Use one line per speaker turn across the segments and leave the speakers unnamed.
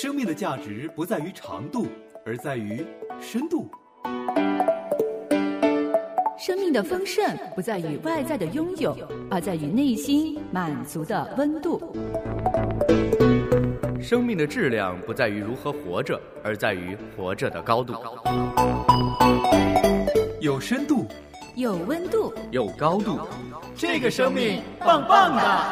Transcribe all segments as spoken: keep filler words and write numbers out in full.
生命的价值不在于长度，而在于深度。
生命的丰盛不在于外在的拥有，而在于内心满足的温度。
生命的质量不在于如何活着，而在于活着的高度。
有深度，
有温度，
有高度，
这个生命棒棒的。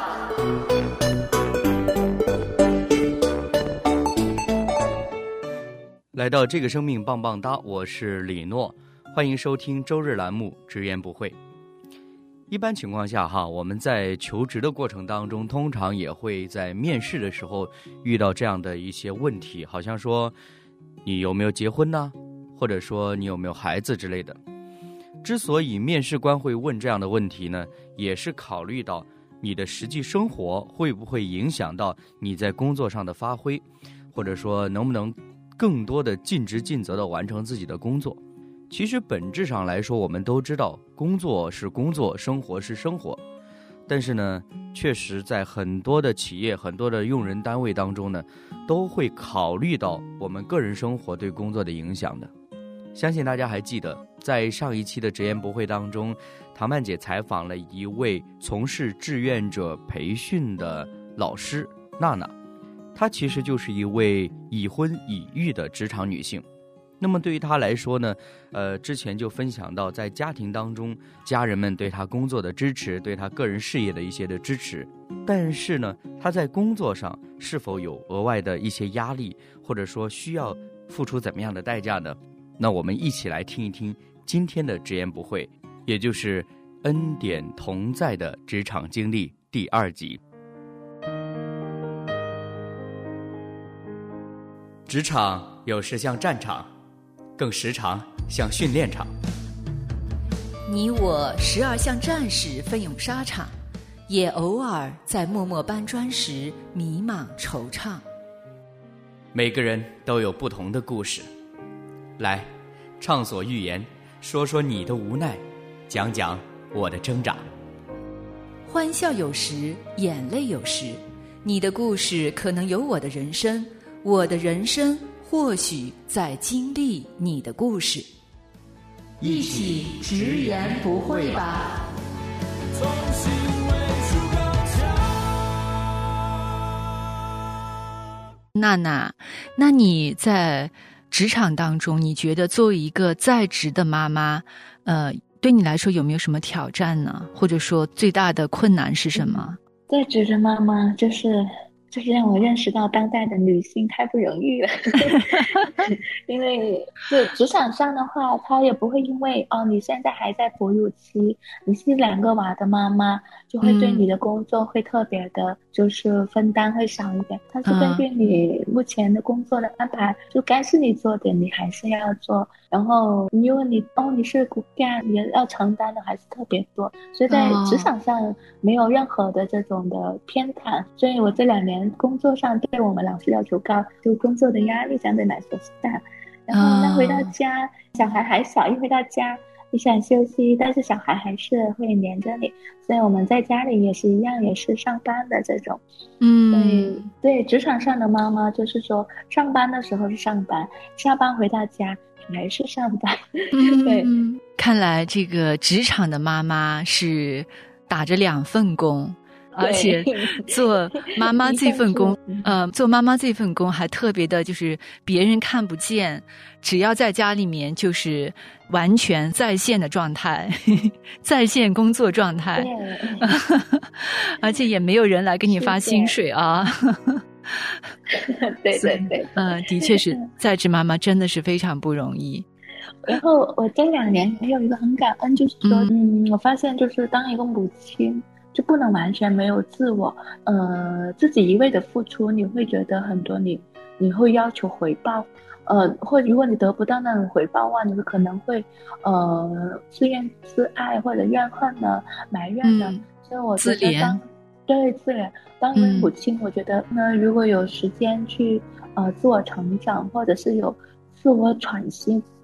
来到这个生命棒棒哒，我是李诺，欢迎收听周日栏目直言不讳。一般情况下哈，我们在求职的过程当中，通常也会在面试的时候遇到这样的一些问题，好像说你有没有结婚呢，或者说你有没有孩子之类的。之所以面试官会问这样的问题呢，也是考虑到你的实际生活会不会影响到你在工作上的发挥，或者说能不能更多的尽职尽责地完成自己的工作。其实本质上来说，我们都知道工作是工作，生活是生活。但是呢，确实在很多的企业、很多的用人单位当中呢，都会考虑到我们个人生活对工作的影响的。相信大家还记得，在上一期的直言不讳当中，唐曼姐采访了一位从事志愿者培训的老师娜娜，她其实就是一位已婚已育的职场女性。那么对于她来说呢，呃，之前就分享到，在家庭当中，家人们对她工作的支持，对她个人事业的一些的支持，但是呢，她在工作上是否有额外的一些压力，或者说需要付出怎么样的代价呢？那我们一起来听一听今天的直言不讳，也就是恩典同在的职场经历第二集。职场有时像战场，更时常像训练场。
你我时而像战士奋勇沙场，也偶尔在默默搬砖时迷茫惆怅。
每个人都有不同的故事，来，畅所欲言，说说你的无奈，讲讲我的挣扎。
欢笑有时，眼泪有时，你的故事可能有我的人生，我的人生或许在经历你的故事。一起直言不讳吧。娜娜，那你在职场当中，你觉得作为一个在职的妈妈，呃，对你来说有没有什么挑战呢？或者说最大的困难是什么？
在职的妈妈就是就是让我认识到当代的女性太不容易了因为就职场上的话，她也不会因为哦你现在还在哺乳期，你是两个娃的妈妈，就会对你的工作会特别的就是分担会少一点，她是根据你目前的工作的安排，就该是你做的你还是要做，然后因为你哦你是骨干，你要承担的还是特别多，所以在职场上没有任何的这种的偏袒，所以我这两年工作上对我们老师要求高，就工作的压力相对来说是大。然后那回到家、哦、小孩还小，一回到家你想休息，但是小孩还是会黏着你，所以我们在家里也是一样，也是上班的这种。嗯，所以对职场上的妈妈就是说，上班的时候是上班，下班回到家还是上班。
嗯、
对，
看来这个职场的妈妈是打着两份工。而且做妈妈这份工，呃，做妈妈这份工还特别的，就是别人看不见，只要在家里面就是完全在线的状态，在线工作状态，而且也没有人来给你发薪水啊。
对对对，
嗯、呃，的确是在职妈妈真的是非常不容易。
然后我这两年还有一个很感恩，就是说，嗯，嗯我发现就是当一个母亲。就不能完全没有自我，呃，自己一味的付出，你会觉得很多你你会要求回报，呃，或如果你得不到那种回报的话，你会可能会呃自怨自艾或者怨恨呢、埋怨呢、嗯。所以我觉得当对自怜，当一位母亲、嗯，我觉得呢，如果有时间去呃自我成长，或者是有自我喘息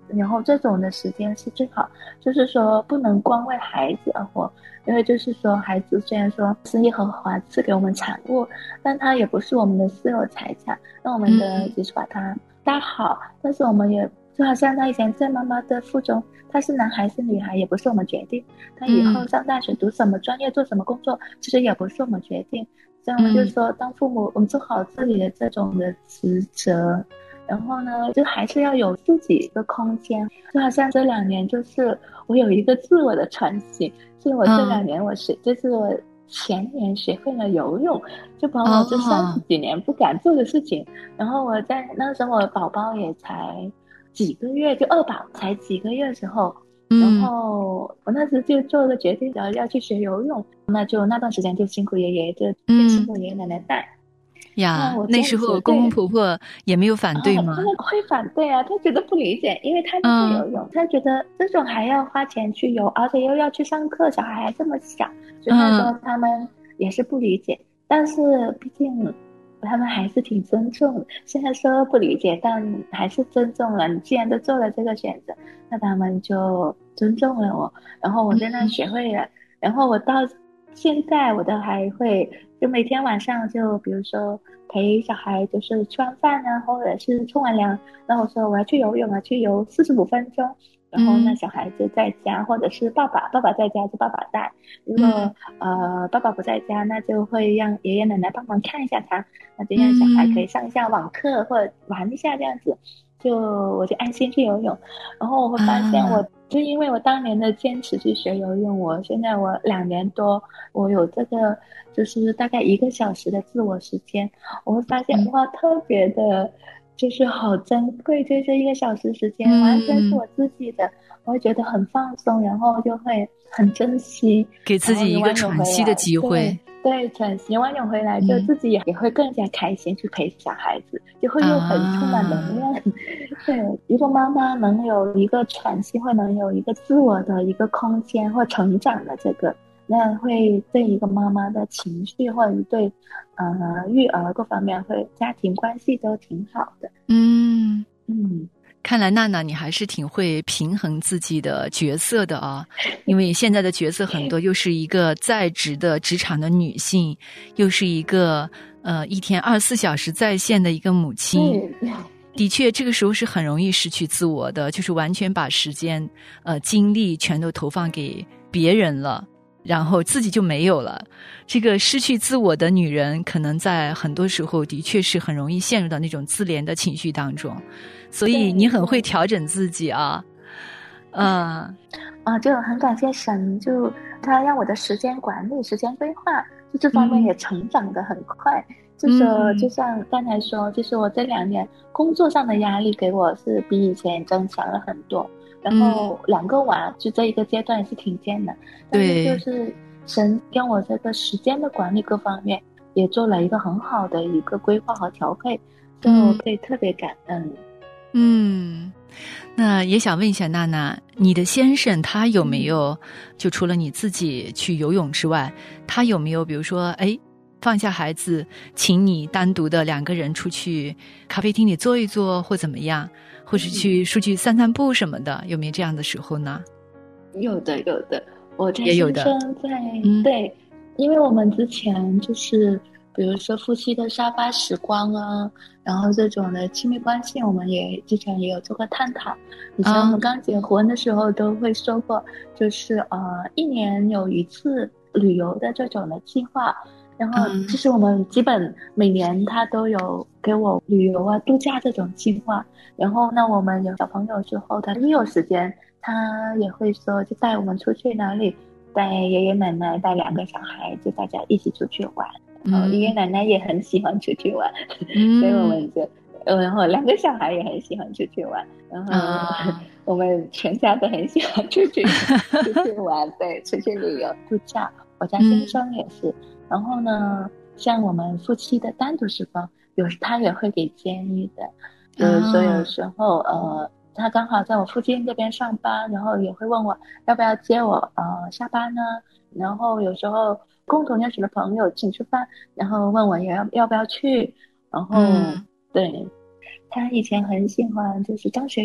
然后这种的时间是最好，就是说不能光为孩子而活，因为就是说孩子虽然说是耶和华赐给我们产物，但他也不是我们的私有财产，那我们的就是把它搭好，但是我们也就好像他以前在妈妈的腹中，他是男孩是女孩也不是我们决定，他以后上大学读什么专业做什么工作其实也不是我们决定，所以我们就说当父母我们做好自己的这种的职责，然后呢就还是要有自己一个空间，就好像这两年就是我有一个自我的喘息，就是我这两年我学、嗯、就是我前年学会了游泳，就把我这三十几年不敢做的事情、哦、然后我在那时候我宝宝也才几个月，就二宝才几个月的时候、嗯、然后我那时就做了决定要要去学游泳，那就那段时间就辛苦爷爷就辛苦爷爷奶奶带
呀、嗯、那时候公公婆婆也没有反对吗？
他们会反对啊，他觉得不理解，因为他不会游泳、嗯、他觉得这种还要花钱去游，而且又要去上课，小孩还这么小，所以那时候他们也是不理解、嗯、但是毕竟他们还是挺尊重的，现在说不理解但还是尊重了，你既然都做了这个选择，那他们就尊重了我，然后我在那学会了、嗯、然后我到现在我都还会就每天晚上就比如说陪小孩就是吃完饭啊，或者是冲完凉，然后我说我要去游泳啊，去游四十五分钟，然后那小孩就在家、嗯、或者是爸爸爸爸在家就爸爸带，如果、嗯、呃爸爸不在家，那就会让爷爷奶奶帮忙看一下他，那这样小孩可以上一下网课、嗯、或者玩一下这样子，就我就安心去游泳，然后我会发现我、啊、就因为我当年的坚持去学游泳，我现在我两年多我有这个就是大概一个小时的自我时间，我会发现、嗯、哇特别的就是好珍贵，就这一个小时时间、嗯、完全是我自己的，我会觉得很放松，然后就会很珍惜，
给自己一个喘息的机会，
对，喘息完泳回来就自己也会更加开心去陪小孩子、嗯、就会又很充满能量、啊、对，如果妈妈能有一个喘息或能有一个自我的一个空间或成长的这个，那会对一个妈妈的情绪或者对呃育儿各方面会家庭关系都挺好的。
嗯
嗯，
看来娜娜你还是挺会平衡自己的角色的啊，因为现在的角色很多，又是一个在职的职场的女性，又是一个呃一天二十四小时在线的一个母亲。的确这个时候是很容易失去自我的，就是完全把时间呃精力全都投放给别人了，然后自己就没有了。这个失去自我的女人可能在很多时候的确是很容易陷入到那种自怜的情绪当中，所以你很会调整自己啊。嗯
啊，就很感谢神，就他让我的时间管理时间规划就这方面也成长得很快、嗯、就说就像刚才说，就是我这两年工作上的压力给我是比以前增强了很多，然后两个娃就这一个阶段也是挺艰难，但是就是神跟我这个时间的管理各方面也做了一个很好的一个规划和调配，所以我可以特别感恩。
嗯，那也想问一下娜娜，你的先生他有没有就除了你自己去游泳之外，他有没有比如说哎放下孩子请你单独的两个人出去咖啡厅里坐一坐或怎么样，或是去出去散散步什么的，有没有这样的时候呢？
有的有的，我在
也有的
先生在、嗯、对，因为我们之前就是比如说夫妻的沙发时光啊，然后这种的亲密关系我们也之前也有做过探讨，以前我们刚结婚的时候都会说过，就是呃一年有一次旅游的这种的计划，然后其实我们基本每年他都有给我旅游啊度假这种计划，然后那我们有小朋友之后他一有时间他也会说就带我们出去哪里，带爷爷奶奶带两个小孩就大家一起出去玩，然后爷爷奶奶也很喜欢出去玩、嗯、所以我们就然后两个小孩也很喜欢出去玩，然后、啊、我们全家都很喜欢出去出去玩，对，出去旅游度假，我家先生也是、嗯、然后呢像我们夫妻的单独时光有他也会给建议的，就是说有时候、啊、呃他刚好在我附近这边上班，然后也会问我要不要接我呃下班呢，然后有时候共同认识的朋友请吃饭，然后问我要要不要去，然后、嗯、对，他以前很喜欢就是张学友，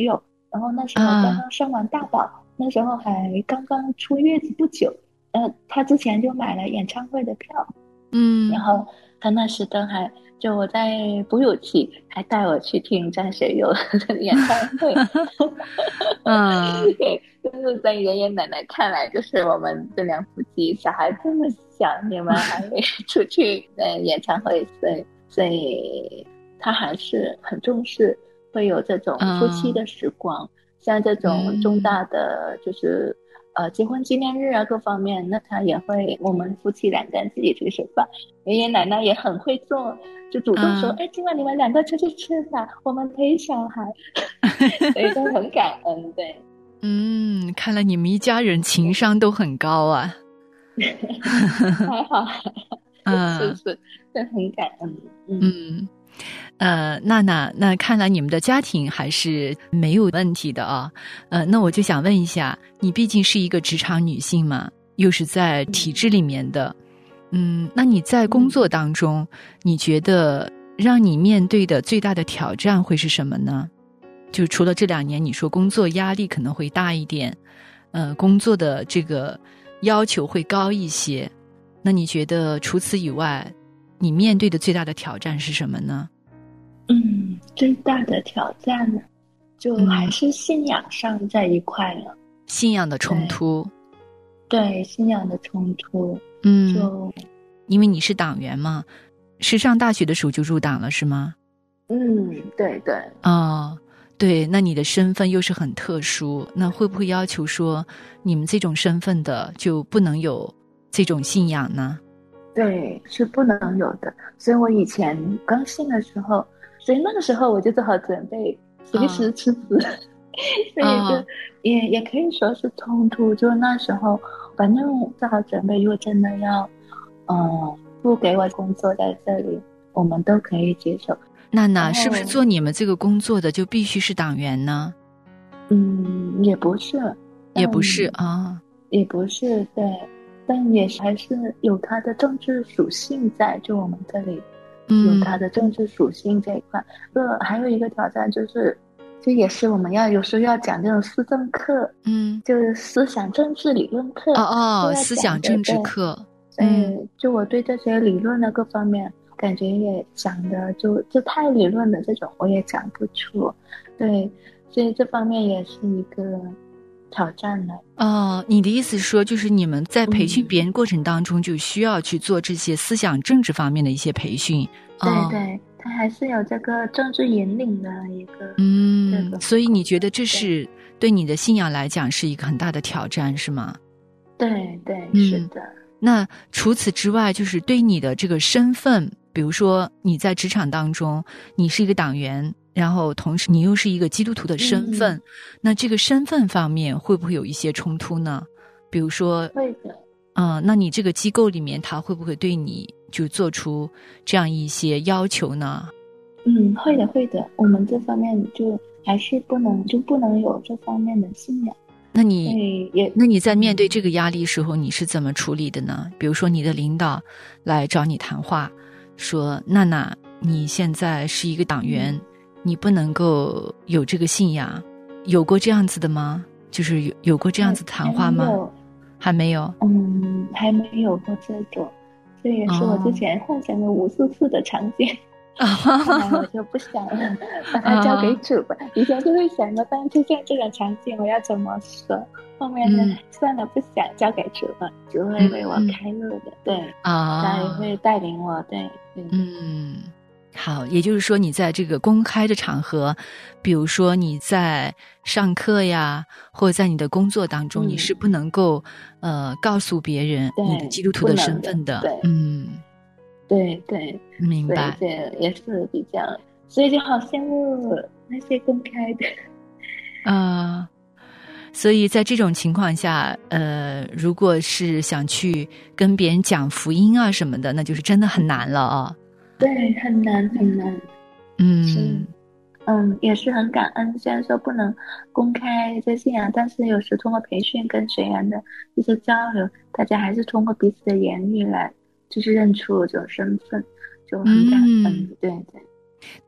然后那时候刚刚生完大宝，啊、那时候还刚刚出月子不久，呃，他之前就买了演唱会的票，
嗯，
然后他那时都还就我在哺乳期，还带我去听张学友的演唱会，
嗯，
对，就是在爷爷奶奶看来，就是我们这两夫妻小孩这么小，你们还出去呃演唱会，所以所以他还是很重视。会有这种夫妻的时光，嗯、像这种重大的就是、嗯、呃结婚纪念日啊各方面，那他也会我们夫妻两个人自己去吃饭，爷爷奶奶也很会做，就主动说，哎、嗯，今晚你们两个出去吃吧，我们陪小孩，所以都很感恩，对。
嗯，看来你们一家人情商都很高啊。
还好，嗯，是是，是很感恩，嗯。
嗯呃，娜娜，那看来你们的家庭还是没有问题的啊。呃，那我就想问一下，你毕竟是一个职场女性嘛，又是在体制里面的，嗯，那你在工作当中，你觉得让你面对的最大的挑战会是什么呢？就除了这两年你说工作压力可能会大一点，呃，工作的这个要求会高一些，那你觉得除此以外，你面对的最大的挑战是什么呢？
嗯，最大的挑战呢，就还是信仰上这一块了。嗯、
信仰的冲突。
对，对，信仰的冲突。
嗯，
就
因为你是党员嘛，是上大学的时候就入党了是吗？
嗯，对对。
哦，对，那你的身份又是很特殊，那会不会要求说你们这种身份的就不能有这种信仰呢？
对，是不能有的。所以我以前刚信的时候，所以那个时候我就做好准备，随时吃死。哦、所以就也、哦、也可以说是冲突。就那时候，反正做好准备，如果真的要，嗯，不给我工作在这里，我们都可以接受。
娜娜，是不是做你们这个工作的就必须是党员呢？
嗯，也不是，
也不是啊、哦，
也不是，对。但也还是有它的政治属性在，就我们这里有它的政治属性这一块。呃、嗯，还有一个挑战就是，就也是我们要有时候要讲这种思政课，
嗯，
就是思想政治理论课。
哦哦，思想政治课。
嗯，就我对这些理论的各方面感觉也讲的就就太理论的这种我也讲不出，对，所以这方面也是一个挑战了。
哦，你的意思是说，就是你们在培训别人过程当中，就需要去做这些思想政治方面的一些培训。
对对，它还是有这个政治引领的一个。
嗯，
这个
所以你觉得这是对你的信仰来讲是一个很大的挑战，是吗？
对对，
嗯、
是的。
那除此之外，就是对你的这个身份，比如说你在职场当中，你是一个党员。然后同时你又是一个基督徒的身份、嗯、那这个身份方面会不会有一些冲突呢？比如说
会的，
嗯，那你这个机构里面他会不会对你就做出这样一些要求呢？
嗯，会的会的，我们这方面就还是不能就不能有这方面的信仰。
那你也那你在面对这个压力时候你是怎么处理的呢？比如说你的领导来找你谈话说，娜娜你现在是一个党员、嗯，你不能够有这个信仰，有过这样子的吗？就是有有过这样子谈话吗？还没有，
嗯，还没有过这种，这也是我之前幻想了无数次的场景。后来我就不想了，把它交给主吧。以前就会想着，当出现这种场景，我要怎么说？后面呢，嗯、算了，不想交给主了，主会为我开路的，对啊，他也会带领我，对对，
嗯。好，也就是说你在这个公开的场合，比如说你在上课呀，或者在你的工作当中、嗯、你是不能够呃告诉别人你的基督徒的身份的。
对，
嗯，
对对，
明白。
这也是比较，所以就好羡慕那些公开的
啊、呃。所以在这种情况下，呃，如果是想去跟别人讲福音啊什么的，那就是真的很难了啊。
对，很难很难。
嗯
嗯，也是很感恩，虽然说不能公开这信仰，但是有时通过培训跟学员的一些交流，大家还是通过彼此的言语来就是认出这种身份，就很感恩。嗯、对对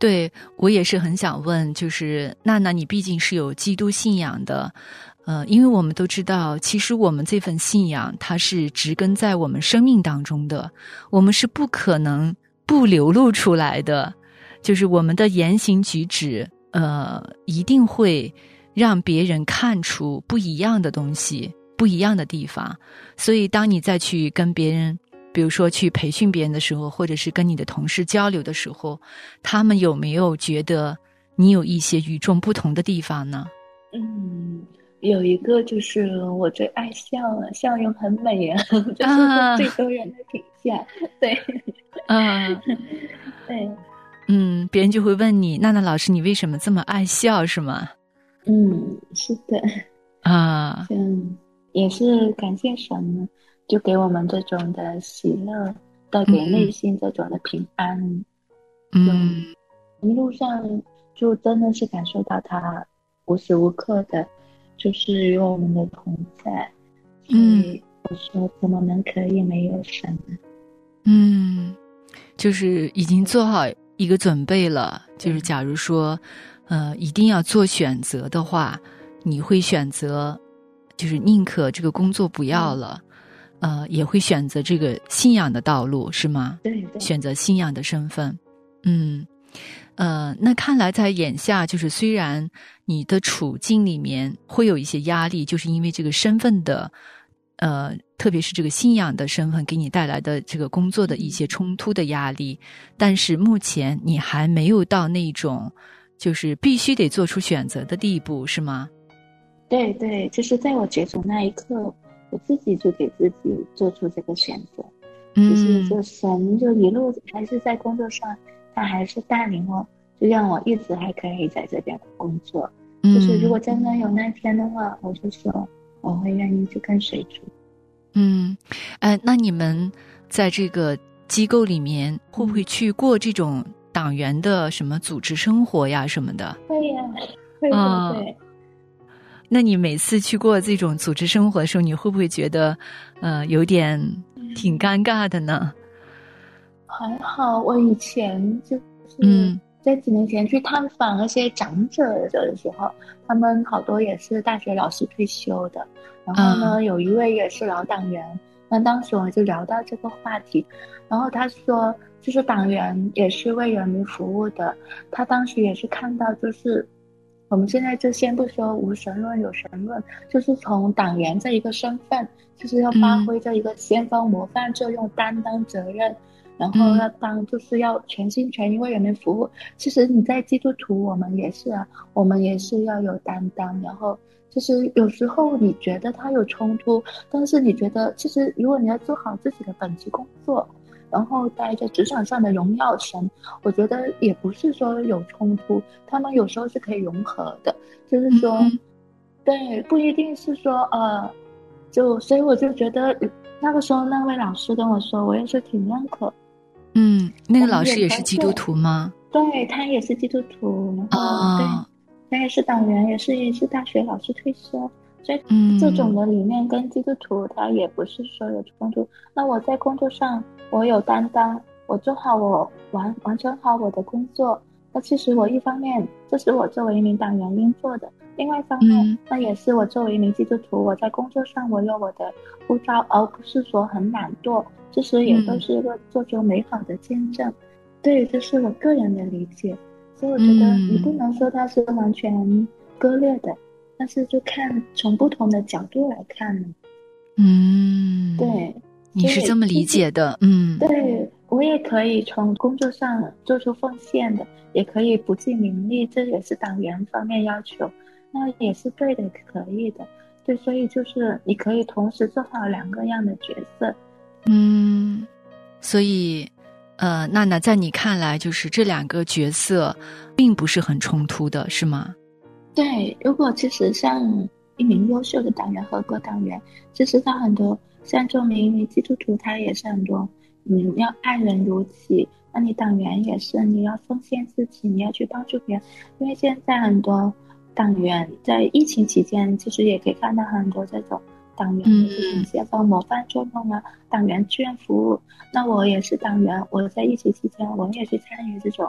对，我也是很想问，就是娜娜，你毕竟是有基督信仰的，呃，因为我们都知道，其实我们这份信仰它是植根在我们生命当中的，我们是不可能不流露出来的，就是我们的言行举止，呃，一定会让别人看出不一样的东西，不一样的地方。所以当你再去跟别人，比如说去培训别人的时候，或者是跟你的同事交流的时候，他们有没有觉得你有一些与众不同的地方呢？
嗯，有一个就是我最爱笑了，笑容很美啊，这是最多人的评价。啊、对，
嗯、啊，
对，
嗯，别人就会问你，娜娜老师，你为什么这么爱笑，是吗？
嗯，是的，
啊，
嗯，也是感谢神呢，就给我们这种的喜乐，带给内心这种的平安。
嗯，
一路上就真的是感受到他无时无刻的，就是与我们的同在。
嗯，
所以我说怎么能可以没有神呢？
嗯，就是已经做好一个准备了，就是假如说，呃，一定要做选择的话，你会选择，就是宁可这个工作不要了，嗯、呃，也会选择这个信仰的道路，是吗？
对对，
选择信仰的身份。嗯，呃，那看来在眼下，就是虽然你的处境里面会有一些压力，就是因为这个身份的，呃，特别是这个信仰的身份给你带来的这个工作的一些冲突的压力，但是目前你还没有到那种就是必须得做出选择的地步，是吗？
对对，就是在我解除那一刻，我自己就给自己做出这个选择。
嗯，
就是就神就一路还是在工作上，他还是带领我，就让我一直还可以在这边工作。
嗯，
就是如果真的有那天的话，我就说我会愿意去跟随主。
嗯，哎，那你们在这个机构里面会不会去过这种党员的什么组织生活呀什么的？
会呀，会的，
啊，
对。
那你每次去过这种组织生活的时候，你会不会觉得，呃，有点挺尴尬的呢？
还好，我以前就是在几年前去探访那些长者的时候，他们好多也是大学老师退休的，然后呢，
嗯、
有一位也是老党员。那当时我就聊到这个话题，然后他说，就是党员也是为人民服务的。他当时也是看到，就是我们现在就先不说无神论有神论，就是从党员这一个身份，就是要发挥这一个先锋模范作用，担当责任。然后要当就是要全心全意为人民服务。其实你在基督徒，我们也是啊，我们也是要有担当。然后就是有时候你觉得它有冲突，但是你觉得其实如果你要做好自己的本职工作，然后带着职场上的荣耀神，我觉得也不是说有冲突，他们有时候是可以融合的。就是说，嗯、对，不一定是说呃，就所以我就觉得那个时候那位老师跟我说，我也是挺认可。
嗯，那个老师也是基督徒吗？
对，他也是基督徒，然后、哦、对，他也是党员，也是也是大学老师退休，所以这种的理念跟基督徒他也不是说有冲突。那我在工作上我有担当，我做好我完完成好我的工作，那其实我一方面这是我作为一名党员应做的，另外一方面、嗯、那也是我作为一名基督徒，我在工作上我有我的呼召，而不是说很懒惰，其实也都是一个做出美好的见证、嗯、对，这是我个人的理解。所以我觉得你不能说它是完全割裂的、嗯、但是就看从不同的角度来看呢。
嗯，
对，
你是这么理解的。嗯，
对，我也可以从工作上做出奉献的，也可以不计名利，这也是党员方面要求，那也是对的，可以的。对，所以就是你可以同时做好两个样的角色。
嗯，所以呃，娜娜在你看来就是这两个角色并不是很冲突的，是吗？
对，如果其实像一名优秀的党员、合格党员，其实他很多像作为一名基督徒，他也是很多你要爱人如己，那你党员也是你要奉献自己，你要去帮助别人。因为现在很多党员在疫情期间其实也可以看到很多这种党员的这种先锋模范作用啊、嗯、党员志愿服务。那我也是党员，我在疫情期间我也去参与这种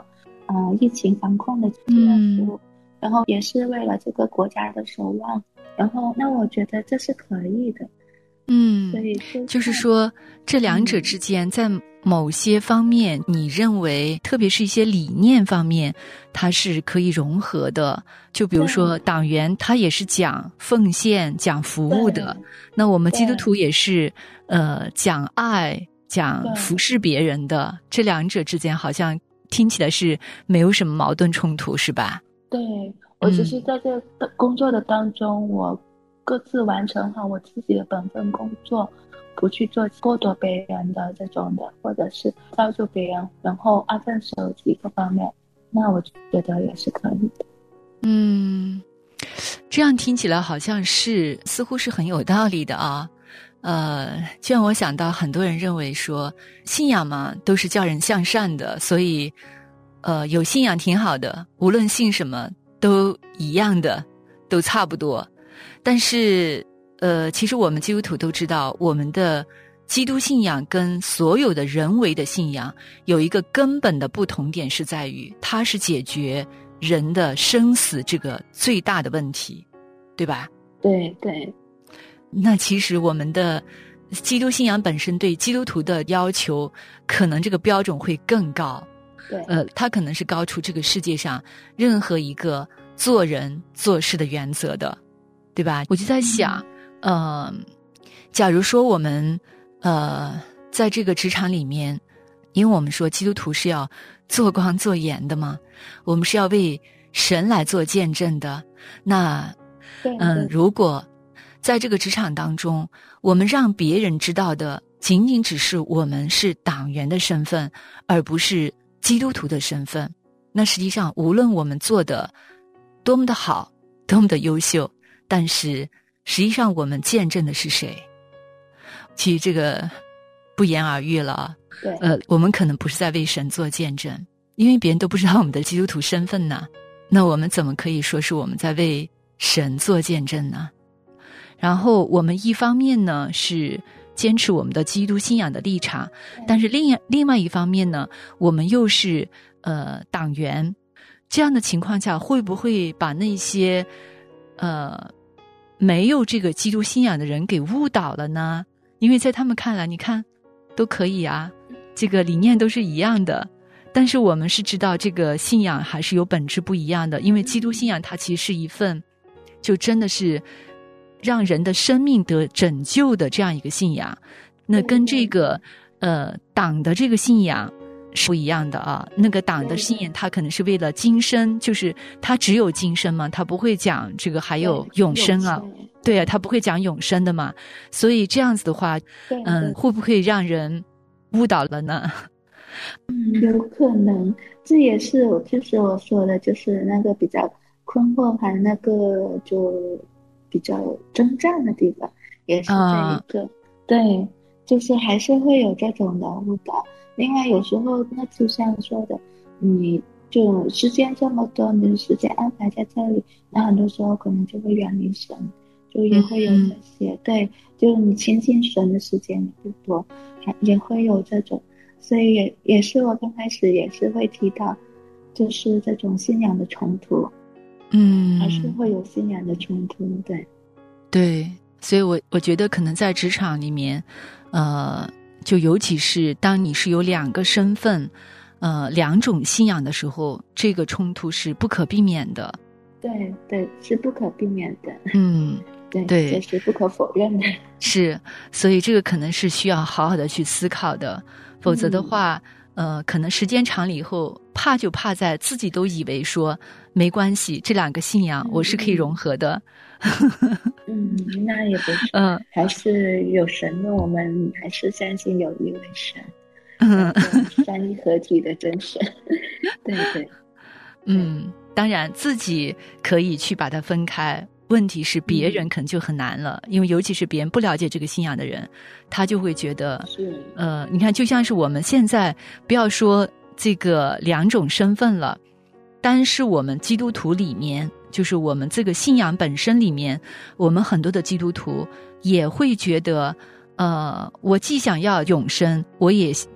呃疫情防控的愿望，然后也是为了这个国家的守望，然后那我觉得这是可以的。
嗯，
所以就
就是说这两者之间在某些方面，你认为特别是一些理念方面它是可以融合的，就比如说党员他也是讲奉献讲服务的，那我们基督徒也是呃讲爱讲服侍别人的，这两者之间好像听起来是没有什么矛盾冲突，是吧？
对，我只是在这工作的当中、嗯、我各自完成好我自己的本分工作，不去做剥夺别人的这种的，或者是造就别人然后安分守己各方面，那我觉得也是可以的。
嗯，这样听起来好像是似乎是很有道理的啊。呃，就让我想到很多人认为说信仰嘛都是叫人向善的，所以呃有信仰挺好的，无论信什么都一样的，都差不多。但是呃其实我们基督徒都知道，我们的基督信仰跟所有的人为的信仰有一个根本的不同点，是在于它是解决人的生死这个最大的问题，对吧？
对对。
那其实我们的基督信仰本身对基督徒的要求，可能这个标准会更高。
对，
呃，它可能是高出这个世界上任何一个做人做事的原则的，对吧？我就在想，嗯、呃，假如说我们呃在这个职场里面，因为我们说基督徒是要做光做盐的嘛，我们是要为神来做见证的。那嗯、呃，如果在这个职场当中，我们让别人知道的仅仅只是我们是党员的身份，而不是基督徒的身份，那实际上无论我们做的多么的好，多么的优秀，但是实际上我们见证的是谁？其实这个不言而喻了。
对，
呃，我们可能不是在为神做见证，因为别人都不知道我们的基督徒身份呢，那我们怎么可以说是我们在为神做见证呢？然后我们一方面呢是坚持我们的基督信仰的立场，但是另另外一方面呢，我们又是呃党员，这样的情况下，会不会把那些呃没有这个基督信仰的人给误导了呢？因为在他们看来，你看都可以啊，这个理念都是一样的，但是我们是知道这个信仰还是有本质不一样的，因为基督信仰它其实是一份就真的是让人的生命得拯救的这样一个信仰，那跟这个呃党的这个信仰是不一样的啊。那个党的信仰它可能是为了今生，就是它只有今生嘛，它不会讲这个还有永生啊，对啊，它不会讲永生的嘛。所以这样子的话，嗯、呃，会不会让人误导了呢？
嗯，有可能，这也是我就是我说的，就是那个比较困惑还那个就比较征战的地方，也是这一个、uh, 对，就是还是会有这种的误导。另外有时候那就像说的，你就时间这么多，你的时间安排在这里，那很多时候可能就会远离神，就也会有这些、嗯、对，就你亲近神的时间也不多，也会有这种，所以也也是我刚开始也是会提到，就是这种信仰的冲突，
嗯，
还是会有信仰的冲突，对，
对，所以我我觉得可能在职场里面，呃，就尤其是当你是有两个身份，呃，两种信仰的时候，这个冲突是不可避免的。
对对，是不可避免的。
嗯，
对
对，
这是不可否认的。
是，所以这个可能是需要好好的去思考的，否则的话。嗯呃，可能时间长了以后，怕就怕在自己都以为说没关系，这两个信仰我是可以融合的。
嗯，那也不是，嗯，还是有神的，我们还是相信有一位神，嗯，三一合体的真神。对对，
嗯，当然自己可以去把它分开。问题是别人可能就很难了、嗯、因为尤其是别人不了解这个信仰的人，他就会觉得
是
呃，你看就像是我们现在不要说这个两种身份了，单是我们基督徒里面，就是我们这个信仰本身里面，我们很多的基督徒也会觉得呃，我既想要永生，我也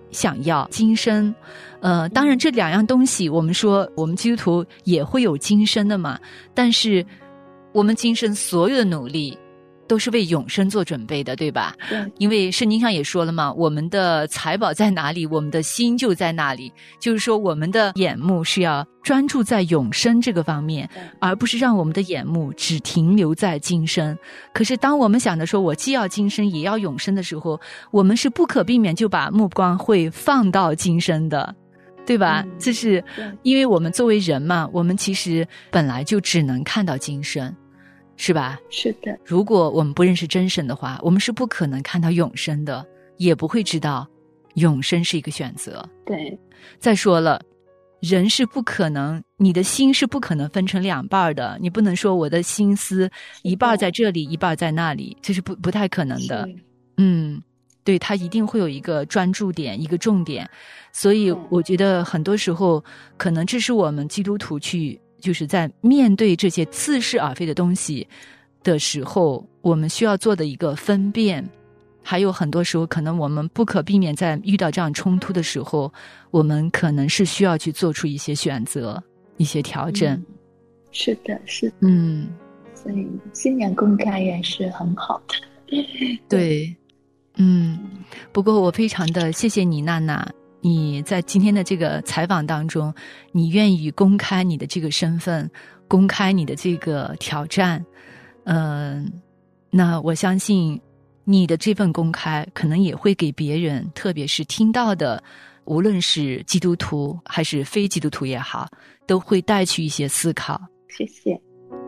想要今生。呃，当然这两样东西我们说我们基督徒也会有今生的嘛，但是我们今生所有的努力都是为永生做准备的，对吧？
对，
因为圣经上也说了嘛，我们的财宝在哪里，我们的心就在那里。就是说我们的眼目是要专注在永生这个方面，而不是让我们的眼目只停留在今生。可是当我们想着说我既要今生也要永生的时候，我们是不可避免就把目光会放到今生的，对吧？
嗯，
这是因为我们作为人嘛，我们其实本来就只能看到今生，是吧？
是的。
如果我们不认识真神的话，我们是不可能看到永生的，也不会知道永生是一个选择。
对，
再说了，人是不可能，你的心是不可能分成两半的，你不能说我的心思一半在这里一半在那里，这是不不太可能的。嗯，对，它一定会有一个专注点，一个重点。所以我觉得很多时候可能这是我们基督徒去就是在面对这些似是而非的东西的时候，我们需要做的一个分辨。还有很多时候可能我们不可避免在遇到这样冲突的时候，我们可能是需要去做出一些选择，一些调整。
嗯，是的，是的。
嗯，
所以信仰公开也是很好的。
对，嗯，不过我非常的谢谢你，娜娜，你在今天的这个采访当中，你愿意公开你的这个身份，公开你的这个挑战。嗯、呃，那我相信你的这份公开可能也会给别人，特别是听到的无论是基督徒还是非基督徒也好，都会带去一些思考。
谢谢。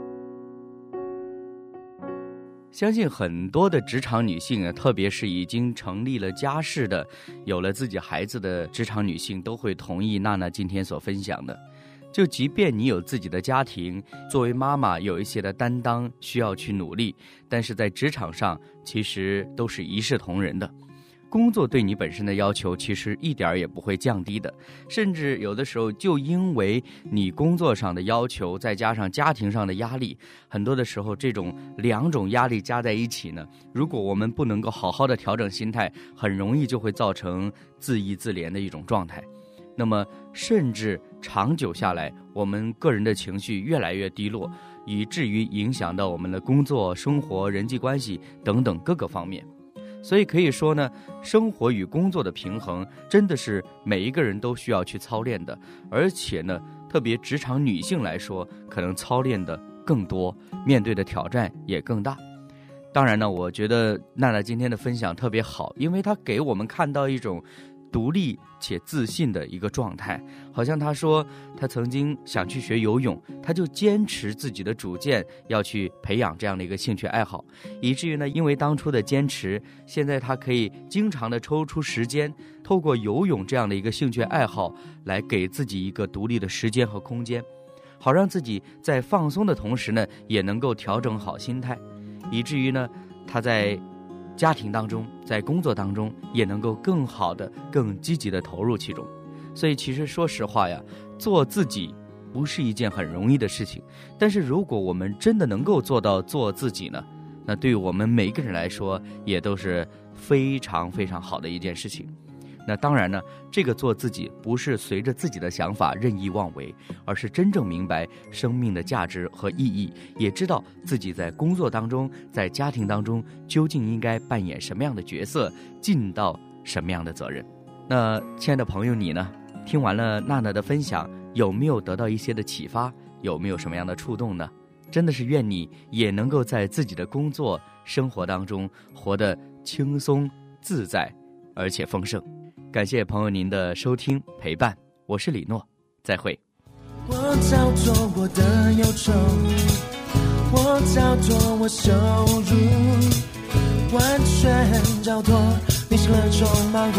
相信很多的职场女性啊，特别是已经成立了家室的，有了自己孩子的职场女性，都会同意娜娜今天所分享的。就即便你有自己的家庭，作为妈妈有一些的担当需要去努力，但是在职场上其实都是一视同仁的。工作对你本身的要求其实一点也不会降低的，甚至有的时候就因为你工作上的要求再加上家庭上的压力，很多的时候这种两种压力加在一起呢，如果我们不能够好好的调整心态，很容易就会造成自缢自怜的一种状态。那么甚至长久下来，我们个人的情绪越来越低落，以至于影响到我们的工作、生活、人际关系等等各个方面。所以可以说呢，生活与工作的平衡真的是每一个人都需要去操练的，而且呢，特别职场女性来说，可能操练的更多，面对的挑战也更大。当然呢，我觉得娜娜今天的分享特别好，因为她给我们看到一种独立且自信的一个状态。好像他说他曾经想去学游泳，他就坚持自己的主见要去培养这样的一个兴趣爱好，以至于呢，因为当初的坚持，现在他可以经常的抽出时间，透过游泳这样的一个兴趣爱好来给自己一个独立的时间和空间，好让自己在放松的同时呢，也能够调整好心态，以至于呢，他在家庭当中，在工作当中也能够更好的、更积极的投入其中。所以其实说实话呀，做自己不是一件很容易的事情，但是如果我们真的能够做到做自己呢，那对于我们每一个人来说也都是非常非常好的一件事情。那当然呢，这个做自己不是随着自己的想法任意妄为，而是真正明白生命的价值和意义，也知道自己在工作当中，在家庭当中究竟应该扮演什么样的角色，尽到什么样的责任。那亲爱的朋友，你呢？听完了娜娜的分享，有没有得到一些的启发？有没有什么样的触动呢？真的是愿你也能够在自己的工作生活当中活得轻松自在，而且丰盛。感谢朋友您的收听陪伴，我是李诺，再会。
我照做我的忧愁，我照做我收入，完全照托你喜乐充满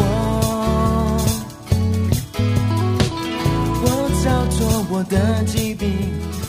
我。我照做我的疾病，